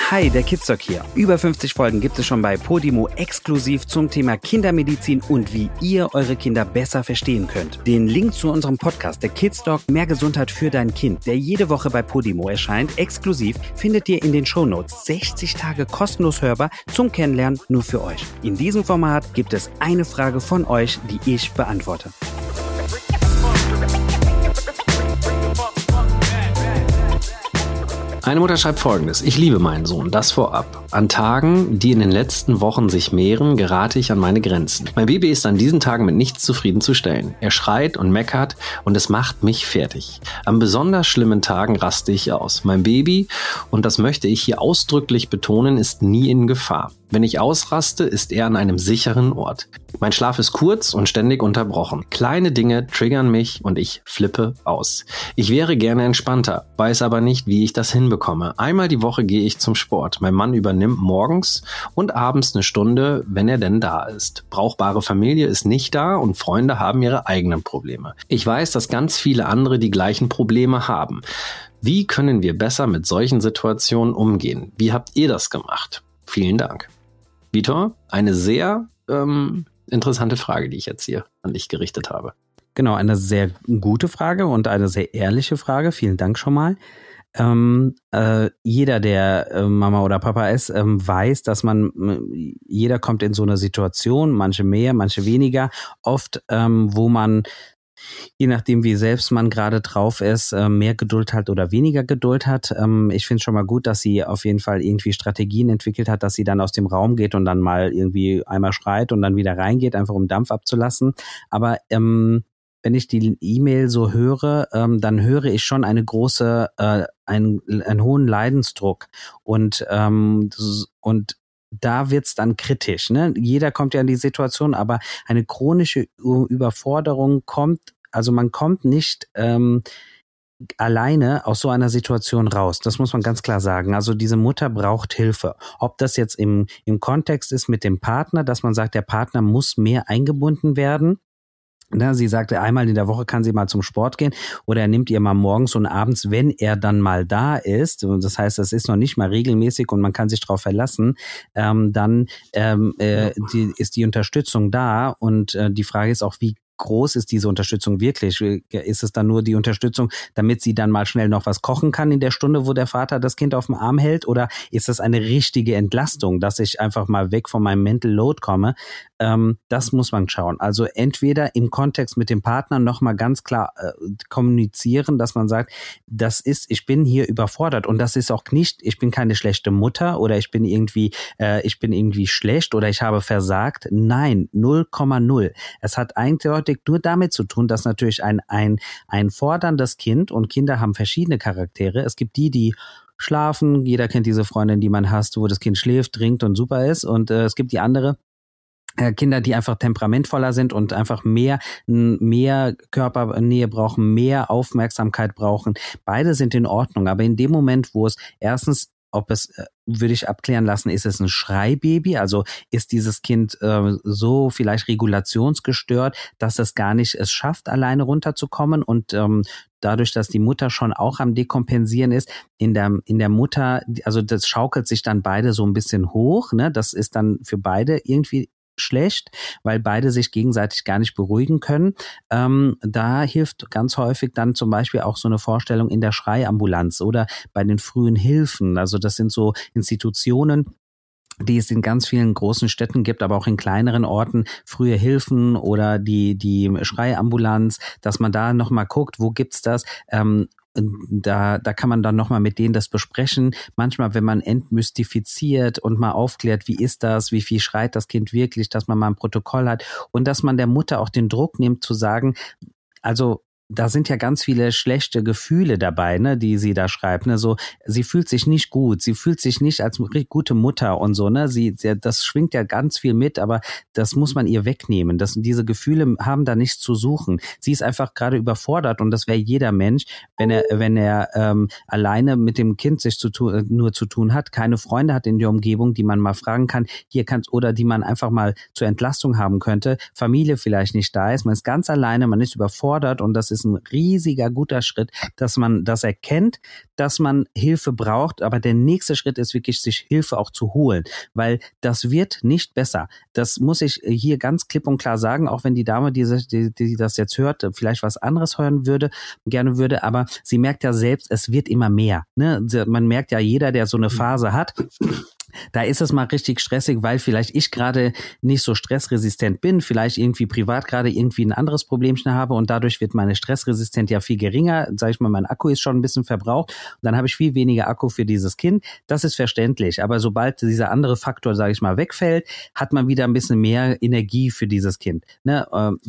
Hi, der Kidsdoc hier. Über 50 Folgen gibt es schon bei Podimo exklusiv zum Thema Kindermedizin und wie ihr eure Kinder besser verstehen könnt. Den Link zu unserem Podcast, der Kidsdoc Mehr Gesundheit für dein Kind, der jede Woche bei Podimo erscheint, exklusiv, findet ihr in den Shownotes. 60 Tage kostenlos hörbar zum Kennenlernen nur für euch. In diesem Format gibt es eine Frage von euch, die ich beantworte. Eine Mutter schreibt Folgendes: Ich liebe meinen Sohn, das vorab. An Tagen, die in den letzten Wochen sich mehren, gerate ich an meine Grenzen. Mein Baby ist an diesen Tagen mit nichts zufriedenzustellen. Er schreit und meckert und es macht mich fertig. An besonders schlimmen Tagen raste ich aus. Mein Baby, und das möchte ich hier ausdrücklich betonen, ist nie in Gefahr. Wenn ich ausraste, ist er an einem sicheren Ort. Mein Schlaf ist kurz und ständig unterbrochen. Kleine Dinge triggern mich und ich flippe aus. Ich wäre gerne entspannter, weiß aber nicht, wie ich das hinbekomme. Einmal die Woche gehe ich zum Sport. Mein Mann übernimmt morgens und abends eine Stunde, wenn er denn da ist. Brauchbare Familie ist nicht da und Freunde haben ihre eigenen Probleme. Ich weiß, dass ganz viele andere die gleichen Probleme haben. Wie können wir besser mit solchen Situationen umgehen? Wie habt ihr das gemacht? Vielen Dank. Vitor, eine sehr interessante Frage, die ich jetzt hier an dich gerichtet habe. Genau, eine sehr gute Frage und eine sehr ehrliche Frage. Vielen Dank schon mal. Jeder, der Mama oder Papa ist, weiß, dass jeder kommt in so eine Situation, manche mehr, manche weniger, oft, wo man, je nachdem wie selbst man gerade drauf ist, mehr Geduld hat oder weniger Geduld hat. Ich finde schon mal gut, dass sie auf jeden Fall irgendwie Strategien entwickelt hat, dass sie dann aus dem Raum geht und dann mal irgendwie einmal schreit und dann wieder reingeht, einfach um Dampf abzulassen. Aber wenn ich die E-Mail so höre, dann höre ich schon einen hohen Leidensdruck und da wird's dann kritisch, ne? Jeder kommt ja in die Situation, aber eine chronische Überforderung man kommt nicht alleine aus so einer Situation raus. Das muss man ganz klar sagen. Also diese Mutter braucht Hilfe. Ob das jetzt im Kontext ist mit dem Partner, dass man sagt, der Partner muss mehr eingebunden werden. Sie sagte, einmal in der Woche kann sie mal zum Sport gehen oder er nimmt ihr mal morgens und abends, wenn er dann mal da ist, das heißt, das ist noch nicht mal regelmäßig und man kann sich darauf verlassen, ist die Unterstützung da und die Frage ist auch, wie groß ist diese Unterstützung wirklich? Ist es dann nur die Unterstützung, damit sie dann mal schnell noch was kochen kann in der Stunde, wo der Vater das Kind auf dem Arm hält? Oder ist das eine richtige Entlastung, dass ich einfach mal weg von meinem Mental Load komme? Das muss man schauen. Also entweder im Kontext mit dem Partner nochmal ganz klar kommunizieren, dass man sagt, ich bin hier überfordert und das ist auch nicht, ich bin keine schlechte Mutter oder ich bin irgendwie schlecht oder ich habe versagt. Nein, 0,0. Es hat eindeutig nur damit zu tun, dass natürlich ein forderndes Kind, und Kinder haben verschiedene Charaktere. Es gibt die schlafen, jeder kennt diese Freundin, die man hasst, wo das Kind schläft, trinkt und super ist, und es gibt die andere Kinder, die einfach temperamentvoller sind und einfach mehr Körpernähe brauchen, mehr Aufmerksamkeit brauchen. Beide sind in Ordnung, aber in dem Moment, wo es erstens, würde ich abklären lassen, ist es ein Schreibaby, also ist dieses Kind so vielleicht regulationsgestört, dass es gar nicht es schafft, alleine runterzukommen, und dadurch, dass die Mutter schon auch am Dekompensieren ist, in der Mutter, also das schaukelt sich dann beide so ein bisschen hoch, ne? Das ist dann für beide irgendwie schlecht, weil beide sich gegenseitig gar nicht beruhigen können. Da hilft ganz häufig dann zum Beispiel auch so eine Vorstellung in der Schreiambulanz oder bei den frühen Hilfen. Also das sind so Institutionen, die es in ganz vielen großen Städten gibt, aber auch in kleineren Orten, frühe Hilfen oder die Schreiambulanz, dass man da nochmal guckt, wo gibt's das? Da kann man dann nochmal mit denen das besprechen. Manchmal, wenn man entmystifiziert und mal aufklärt, wie ist das, wie viel schreit das Kind wirklich, dass man mal ein Protokoll hat und dass man der Mutter auch den Druck nimmt zu sagen, also da sind ja ganz viele schlechte Gefühle dabei, ne, die sie da schreibt, ne, so, sie fühlt sich nicht gut, sie fühlt sich nicht als gute Mutter und so, ne, das schwingt ja ganz viel mit, aber das muss man ihr wegnehmen, diese Gefühle haben da nichts zu suchen, sie ist einfach gerade überfordert, und das wäre jeder Mensch, wenn er alleine mit dem Kind nur zu tun hat, keine Freunde hat in der Umgebung, die man mal fragen kann, oder die man einfach mal zur Entlastung haben könnte, Familie vielleicht nicht da ist, man ist ganz alleine, man ist überfordert, und das ist ist ein riesiger, guter Schritt, dass man das erkennt, dass man Hilfe braucht, aber der nächste Schritt ist wirklich, sich Hilfe auch zu holen, weil das wird nicht besser. Das muss ich hier ganz klipp und klar sagen, auch wenn die Dame, die das jetzt hört, vielleicht was anderes hören gerne würde, aber sie merkt ja selbst, es wird immer mehr. Ne? Man merkt ja, jeder, der so eine Phase hat, da ist es mal richtig stressig, weil vielleicht ich gerade nicht so stressresistent bin, vielleicht irgendwie privat gerade irgendwie ein anderes Problemchen habe und dadurch wird meine Stressresistenz ja viel geringer. Sag ich mal, mein Akku ist schon ein bisschen verbraucht und dann habe ich viel weniger Akku für dieses Kind. Das ist verständlich, aber sobald dieser andere Faktor, sage ich mal, wegfällt, hat man wieder ein bisschen mehr Energie für dieses Kind. Ne?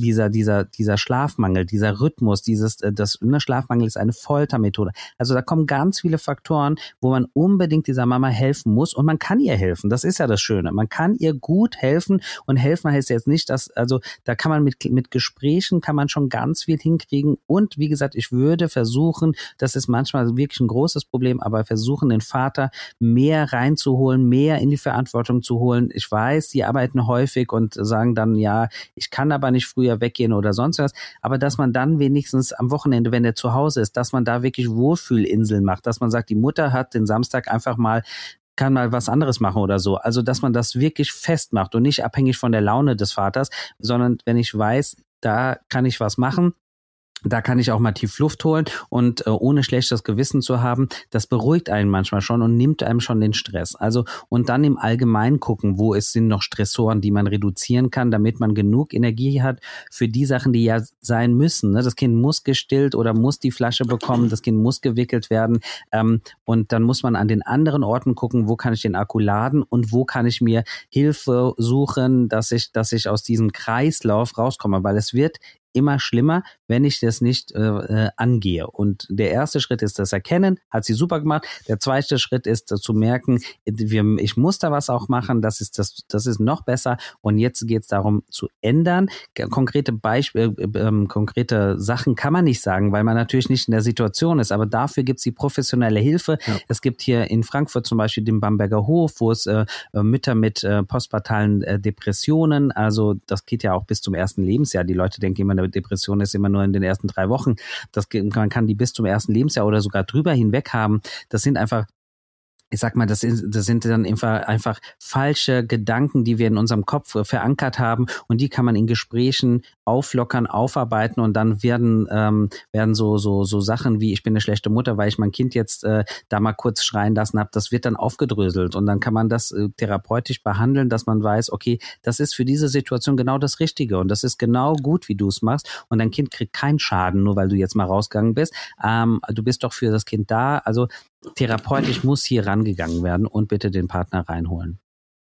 Dieser Schlafmangel, dieser Rhythmus, Schlafmangel ist eine Foltermethode. Also da kommen ganz viele Faktoren, wo man unbedingt dieser Mama helfen muss und man kann ihr helfen. Das ist ja das Schöne. Man kann ihr gut helfen und helfen heißt jetzt nicht, dass, also da kann man mit Gesprächen kann man schon ganz viel hinkriegen und wie gesagt, ich würde versuchen, das ist manchmal wirklich ein großes Problem, aber versuchen, den Vater mehr reinzuholen, mehr in die Verantwortung zu holen. Ich weiß, die arbeiten häufig und sagen dann, ja, ich kann aber nicht früher weggehen oder sonst was, aber dass man dann wenigstens am Wochenende, wenn er zu Hause ist, dass man da wirklich Wohlfühlinseln macht, dass man sagt, die Mutter hat den Samstag einfach mal kann mal was anderes machen oder so. Also, dass man das wirklich festmacht und nicht abhängig von der Laune des Vaters, sondern wenn ich weiß, da kann ich was machen, da kann ich auch mal tief Luft holen und ohne schlechtes Gewissen zu haben, das beruhigt einen manchmal schon und nimmt einem schon den Stress. Also und dann im Allgemeinen gucken, wo es sind noch Stressoren, die man reduzieren kann, damit man genug Energie hat für die Sachen, die ja sein müssen. Das Kind muss gestillt oder muss die Flasche bekommen, das Kind muss gewickelt werden und dann muss man an den anderen Orten gucken, wo kann ich den Akku laden und wo kann ich mir Hilfe suchen, dass ich aus diesem Kreislauf rauskomme, weil es wird immer schlimmer, wenn ich das nicht angehe. Und der erste Schritt ist das Erkennen, hat sie super gemacht. Der zweite Schritt ist zu merken, ich muss da was auch machen, das ist noch besser. Und jetzt geht es darum zu ändern. Konkrete konkrete Sachen kann man nicht sagen, weil man natürlich nicht in der Situation ist. Aber dafür gibt es die professionelle Hilfe. Ja. Es gibt hier in Frankfurt zum Beispiel den Bamberger Hof, wo es Mütter mit postpartalen Depressionen, also das geht ja auch bis zum ersten Lebensjahr. Die Leute denken immer, eine Depression ist immer nur in den ersten 3 Wochen. Man kann die bis zum ersten Lebensjahr oder sogar drüber hinweg haben. Das sind einfach, ich sag mal, das sind dann einfach falsche Gedanken, die wir in unserem Kopf verankert haben und die kann man in Gesprächen auflockern, aufarbeiten und dann werden so Sachen wie ich bin eine schlechte Mutter, weil ich mein Kind jetzt da mal kurz schreien lassen habe, das wird dann aufgedröselt und dann kann man das therapeutisch behandeln, dass man weiß, okay, das ist für diese Situation genau das Richtige und das ist genau gut, wie du es machst und dein Kind kriegt keinen Schaden, nur weil du jetzt mal rausgegangen bist. Du bist doch für das Kind da, also therapeutisch muss hier rangegangen werden und bitte den Partner reinholen.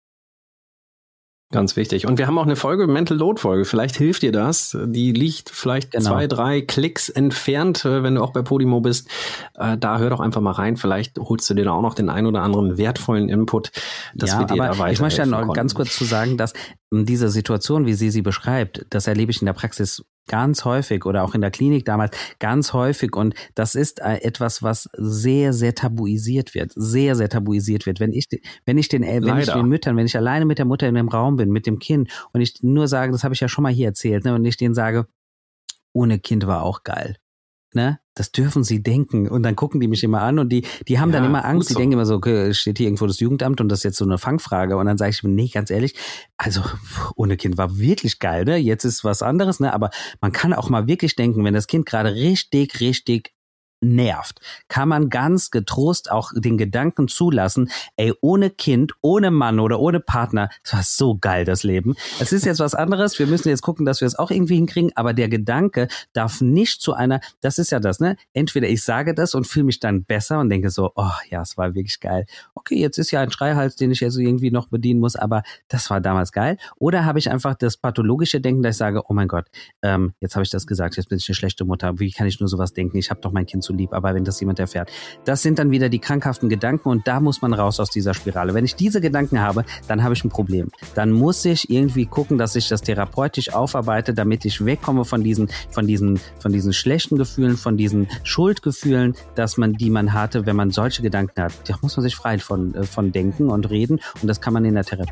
Ganz wichtig. Und wir haben auch eine Mental Load Folge. Vielleicht hilft dir das. Die liegt vielleicht 2-3 Klicks entfernt, wenn du auch bei Podimo bist. Da hör doch einfach mal rein. Vielleicht holst du dir da auch noch den ein oder anderen wertvollen Input, dass wir dir da weiterhelfen. Ich möchte ja noch ganz kurz zu sagen, dass diese Situation, wie sie beschreibt, das erlebe ich in der Praxis ganz häufig oder auch in der Klinik damals ganz häufig und das ist etwas, was sehr, sehr tabuisiert wird. Sehr, sehr tabuisiert wird. Wenn ich alleine mit der Mutter in dem Raum bin, mit dem Kind und ich nur sage, das habe ich ja schon mal hier erzählt, ne, und ich denen sage, ohne Kind war auch geil. Ne? Das dürfen sie denken. Und dann gucken die mich immer an und die haben dann immer Angst. Die denken immer so, okay, steht hier irgendwo das Jugendamt und das ist jetzt so eine Fangfrage. Und dann sage ich mir, nee, ganz ehrlich, also ohne Kind war wirklich geil, ne? Jetzt ist was anderes, ne? Aber man kann auch mal wirklich denken, wenn das Kind gerade richtig, richtig nervt, kann man ganz getrost auch den Gedanken zulassen, ey, ohne Kind, ohne Mann oder ohne Partner, das war so geil, das Leben. Es ist jetzt was anderes, wir müssen jetzt gucken, dass wir es auch irgendwie hinkriegen, aber der Gedanke darf nicht zu einer, das ist ja das, ne? Entweder ich sage das und fühle mich dann besser und denke so, oh ja, es war wirklich geil. Okay, jetzt ist ja ein Schreihals, den ich jetzt irgendwie noch bedienen muss, aber das war damals geil. Oder habe ich einfach das pathologische Denken, dass ich sage, oh mein Gott, jetzt habe ich das gesagt, jetzt bin ich eine schlechte Mutter, wie kann ich nur sowas denken? Ich habe doch mein Kind so lieb, aber wenn das jemand erfährt. Das sind dann wieder die krankhaften Gedanken und da muss man raus aus dieser Spirale. Wenn ich diese Gedanken habe, dann habe ich ein Problem. Dann muss ich irgendwie gucken, dass ich das therapeutisch aufarbeite, damit ich wegkomme von diesen schlechten Gefühlen, von diesen Schuldgefühlen, die man hatte, wenn man solche Gedanken hat. Da muss man sich frei von denken und reden und das kann man in der Therapie.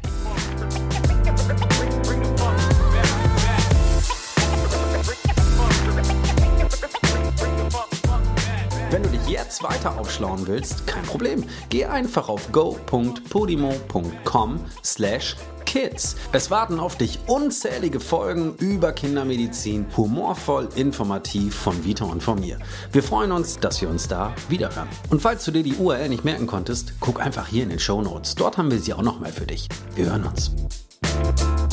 Wenn du dich jetzt weiter aufschlauen willst, kein Problem. Geh einfach auf go.podimo.com/kids. Es warten auf dich unzählige Folgen über Kindermedizin, humorvoll, informativ von Vita und von mir. Wir freuen uns, dass wir uns da wiederhören. Und falls du dir die URL nicht merken konntest, guck einfach hier in den Shownotes. Dort haben wir sie auch nochmal für dich. Wir hören uns.